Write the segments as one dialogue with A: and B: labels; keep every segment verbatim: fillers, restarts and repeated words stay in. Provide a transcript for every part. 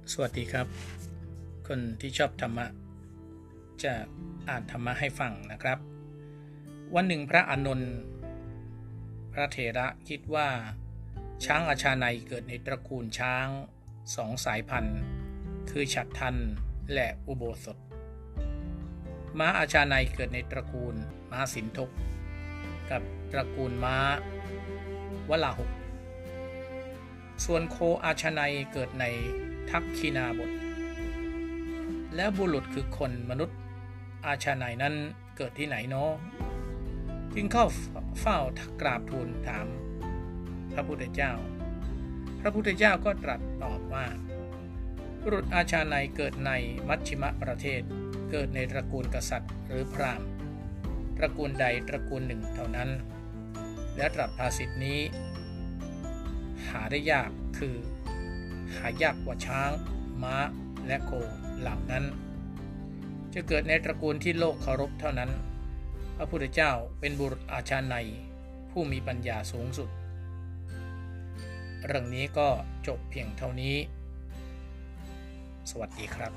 A: สวัสดีครับคนที่ชอบธรรมะจะอ่านธรรมะให้ฟังนะครับวันหนึ่งพระอานนท์พระเถระคิดว่าช้างอาชาไนยเกิดในตระกูลช้างสองสายพันธุ์คือฉัตรทันและอุโบสถม้าอาชาไนยเกิดในตระกูลม้าสินทกกับตระกูลม้าวลาหกส่วนโคอาชาไนยเกิดในทักขินาบทแล้วบุรุษคือคนมนุษย์อาชาไนยนั้นเกิดที่ไหนเนาะจึงเข้าเฝ้ากราบทูลถามพระพุทธเจ้าพระพุทธเจ้าก็ตรัสตอบว่าบุรุษอาชาไนยเกิดในมัชชิมประเทศเกิดในตระกูลกษัตริย์หรือพราหมณ์ตระกูลใดตระกูลหนึ่งเท่านั้นและตรัสภาษิตนี้หาได้ยากคือหายากกว่าช้างม้าและโคเหล่านั้นจะเกิดในตระกูลที่โลกเคารพเท่านั้นพระพุทธเจ้าเป็นบุรุษอาชาไนยผู้มีปัญญาสูงสุดเรื่องนี้ก็จบเพียงเท่านี้สวัสดีครับ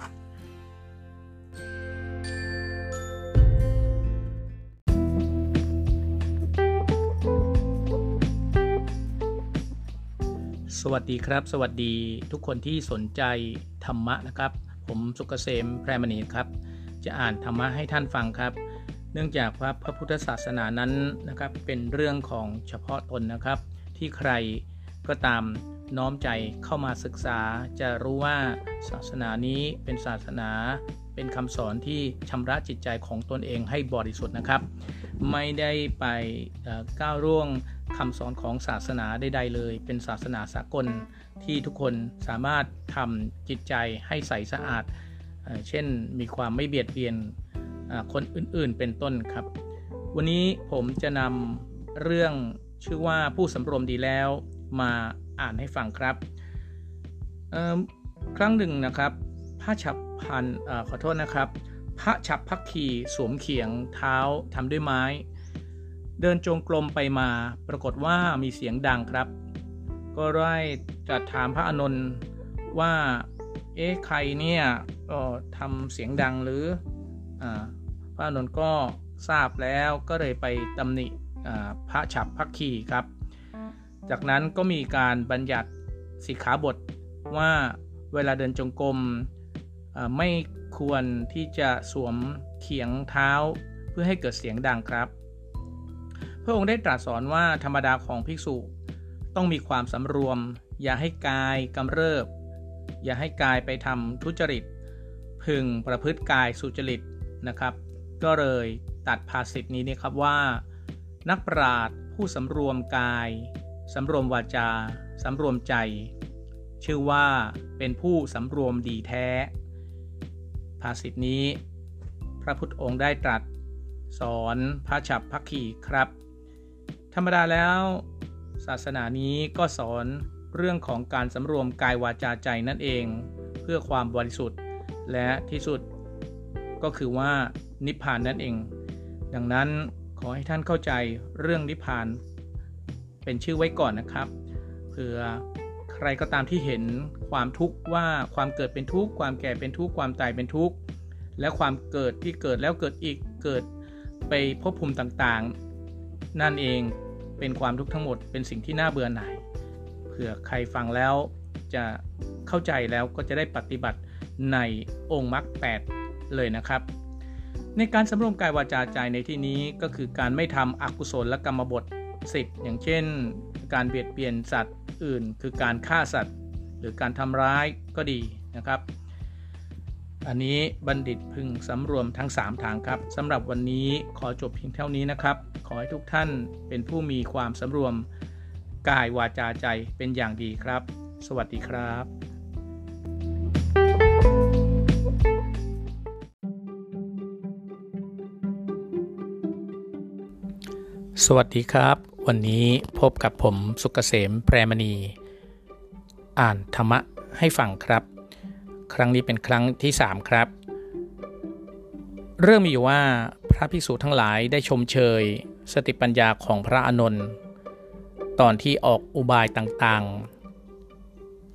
A: สวัสดีครับสวัสดีทุกคนที่สนใจธรรมะนะครับผมสุกเกษมแพรมณีครับจะอ่านธรรมะให้ท่านฟังครับเนื่องจากว่าพระพุทธศาสนานั้นนะครับเป็นเรื่องของเฉพาะตนนะครับที่ใครก็ตามน้อมใจเข้ามาศึกษาจะรู้ว่าศาสนานี้เป็นศาสนาเป็นคำสอนที่ชำระจิตใจของตนเองให้บริสุทธิ์นะครับไม่ได้ไปก้าวล่วงคำสอนของศาสนาใดๆเลยเป็นศาสนาสากลที่ทุกคนสามารถทำจิตใจให้ใสสะอาดเช่นมีความไม่เบียดเบียนคนอื่นๆเป็นต้นครับวันนี้ผมจะนำเรื่องชื่อว่าผู้สำรวมดีแล้วมาอ่านให้ฟังครับครั้งหนึ่งนะครับพระฉับพันขอโทษนะครับพระฉับพักคีสวมเขียงเท้าทำด้วยไม้เดินจงกรมไปมาปรากฏว่ามีเสียงดังครับก็ได้ตรัสถามพระอานนท์ว่าเอ๊ะใครเนี่ยก็ทำเสียงดังหรืออ่าพระอานนท์ก็ทราบแล้วก็เลยไปตำหนิพระฉับพักคีครับจากนั้นก็มีการบัญญัติสิกขาบทว่าเวลาเดินจงกรมไม่ควรที่จะสวมเขียงเท้าเพื่อให้เกิดเสียงดังครับพระองค์ได้ตรัสสอนว่าธรรมดาของภิกษุต้องมีความสำรวมอย่าให้กายกำเริบอย่าให้กายไปทำทุจริตพึงประพฤติกายสุจริตนะครับก็เลยตัดภาษิตนี้นะครับว่านักปราชญ์ผู้สำรวมกายสำรวมวาจาสำรวมใจชื่อว่าเป็นผู้สำรวมดีแท้ภาษิตนี้พระพุทธองค์ได้ตรัสสอนพระฉับพักคีครับธรรมดาแล้วศาสนานี้ก็สอนเรื่องของการสำรวมกายวาจาใจนั่นเองเพื่อความบริสุทธิ์และที่สุดก็คือว่านิพพานนั่นเองดังนั้นขอให้ท่านเข้าใจเรื่องนิพพานเป็นชื่อไว้ก่อนนะครับเผื่อใครก็ตามที่เห็นความทุกข์ว่าความเกิดเป็นทุกข์ความแก่เป็นทุกข์ความตายเป็นทุกข์และความเกิดที่เกิดแล้วเกิดอีกเกิดไปภพภูมิต่างๆนั่นเองเป็นความทุกข์ทั้งหมดเป็นสิ่งที่น่าเบื่อหน่ายเผื่อใครฟังแล้วจะเข้าใจแล้วก็จะได้ปฏิบัติในองค์มรรคแปดเลยนะครับในการสำรวมกายวาจาใจในที่นี้ก็คือการไม่ทำอกุศลและกรรมบทสิบอย่างเช่นการเบียดเบียนสัตว์อื่นคือการฆ่าสัตว์หรือการทำร้ายก็ดีนะครับอันนี้บัณฑิตพึงสำรวมทั้งสามทางครับสำหรับวันนี้ขอจบเพียงเท่านี้นะครับขอให้ทุกท่านเป็นผู้มีความสำรวมกายวาจาใจเป็นอย่างดีครับสวัสดีครับสวัสดีครับวันนี้พบกับผมสุกเกษมแพรมณีอ่านธรรมะให้ฟังครับครั้งนี้เป็นครั้งที่สามครับเรื่องมีอยู่ว่าพระภิกษุทั้งหลายได้ชมเชยสติปัญญาของพระอานนท์ตอนที่ออกอุบายต่างๆ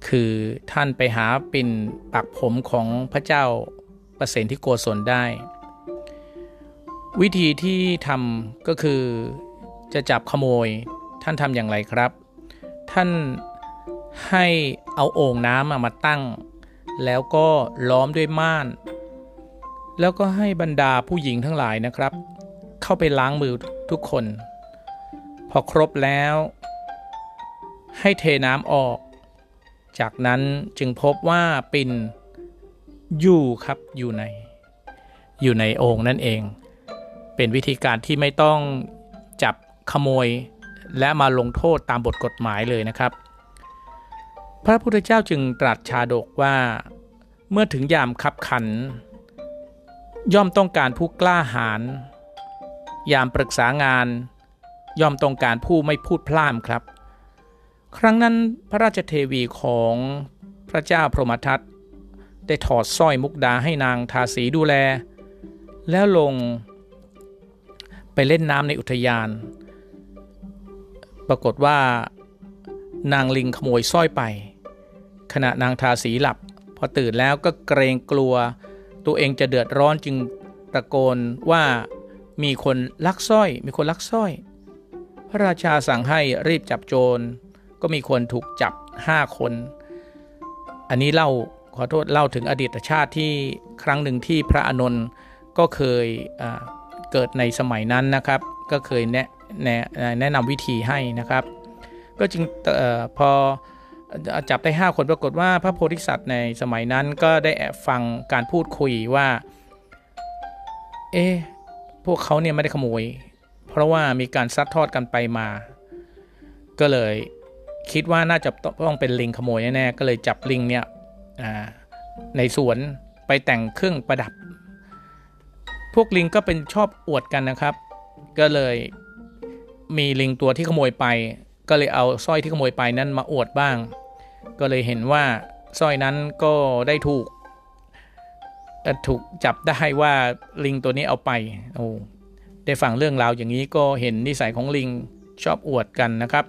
A: คือท่านไปหาปิ่นปักผมของพระเจ้าประเสนที่โกศลได้วิธีที่ทำก็คือจะจับขโมยท่านทำอย่างไรครับท่านให้เอาโอ่งน้ำมาตั้งแล้วก็ล้อมด้วยม่านแล้วก็ให้บรรดาผู้หญิงทั้งหลายนะครับเข้าไปล้างมือทุกคนพอครบแล้วให้เทน้ำออกจากนั้นจึงพบว่าปิ่นอยู่ครับอยู่ในอยู่ในโอ่งนั่นเองเป็นวิธีการที่ไม่ต้องจับขโมยและมาลงโทษตามบทกฎหมายเลยนะครับพระพุทธเจ้าจึงตรัสชาดกว่าเมื่อถึงยามคับขันย่อมต้องการผู้กล้าหาญยามปรึกษางานย่อมต้องการผู้ไม่พูดพล่ามครับครั้งนั้นพระราชเทวีของพระเจ้าพรหมทัตได้ถอดสร้อยมุกดาให้นางทาสีดูแลแล้วลงไปเล่นน้ำในอุทยานปรากฏว่านางลิงขโมยสร้อยไปขณะนางทาสีหลับพอตื่นแล้วก็เกรงกลัวตัวเองจะเดือดร้อนจึงตะโกนว่ามีคนลักสร้อยมีคนลักสร้อยพระราชาสั่งให้รีบจับโจรก็มีคนถูกจับห้าคนอันนี้เล่าขอโทษเล่าถึงอดีตชาติที่ครั้งหนึ่งที่พระอานนท์ก็เคยเกิดในสมัยนั้นนะครับก็เคยแนะแนะแนะนำวิธีให้นะครับก็จึงเอ่อพอจับได้ห้าคนปรากฏว่าพระโพธิสัตว์ในสมัยนั้นก็ได้แอบฟังการพูดคุยว่าเอ๊ะพวกเขาเนี่ยไม่ได้ขโมยเพราะว่ามีการซัดทอดกันไปมาก็เลยคิดว่าน่าจะต้องเป็นลิงขโมยแน่ๆก็เลยจับลิงเนี่ยในสวนไปแต่งเครื่องประดับพวกลิงก็เป็นชอบอวดกันนะครับก็เลยมีลิงตัวที่ขโมยไปก็เลยเอาสร้อยที่ขโมยไปนั้นมาอวดบ้างก็เลยเห็นว่าสร้อยนั้นก็ได้ถูกถูกจับได้ว่าลิงตัวนี้เอาไปโอ้ได้ฟังเรื่องราวอย่างนี้ก็เห็นนิสัยของลิงชอบอวดกันนะครับ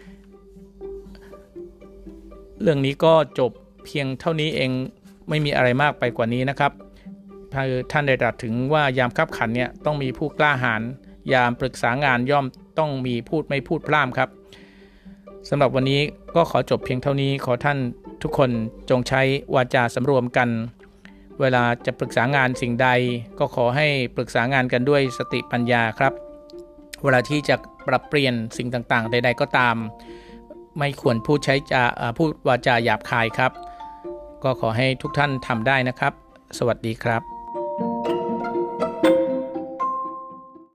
A: เรื่องนี้ก็จบเพียงเท่านี้เองไม่มีอะไรมากไปกว่านี้นะครับท่านได้ตรัสถึงว่ายามคับขันเนี่ยต้องมีผู้กล้าหาญยามปรึกษางานย่อมต้องมีพูดไม่พูดพร่ำครับสำหรับวันนี้ก็ขอจบเพียงเท่านี้ขอท่านทุกคนจงใช้วาจาสำรวมกันเวลาจะปรึกษางานสิ่งใดก็ขอให้ปรึกษางานกันด้วยสติปัญญาครับเวลาที่จะปรับเปลี่ยนสิ่งต่างๆใดๆก็ตามไม่ควรพูดใช้จาพูดวาจาหยาบคายครับก็ขอให้ทุกท่านทำได้นะครับสวัสดีครับ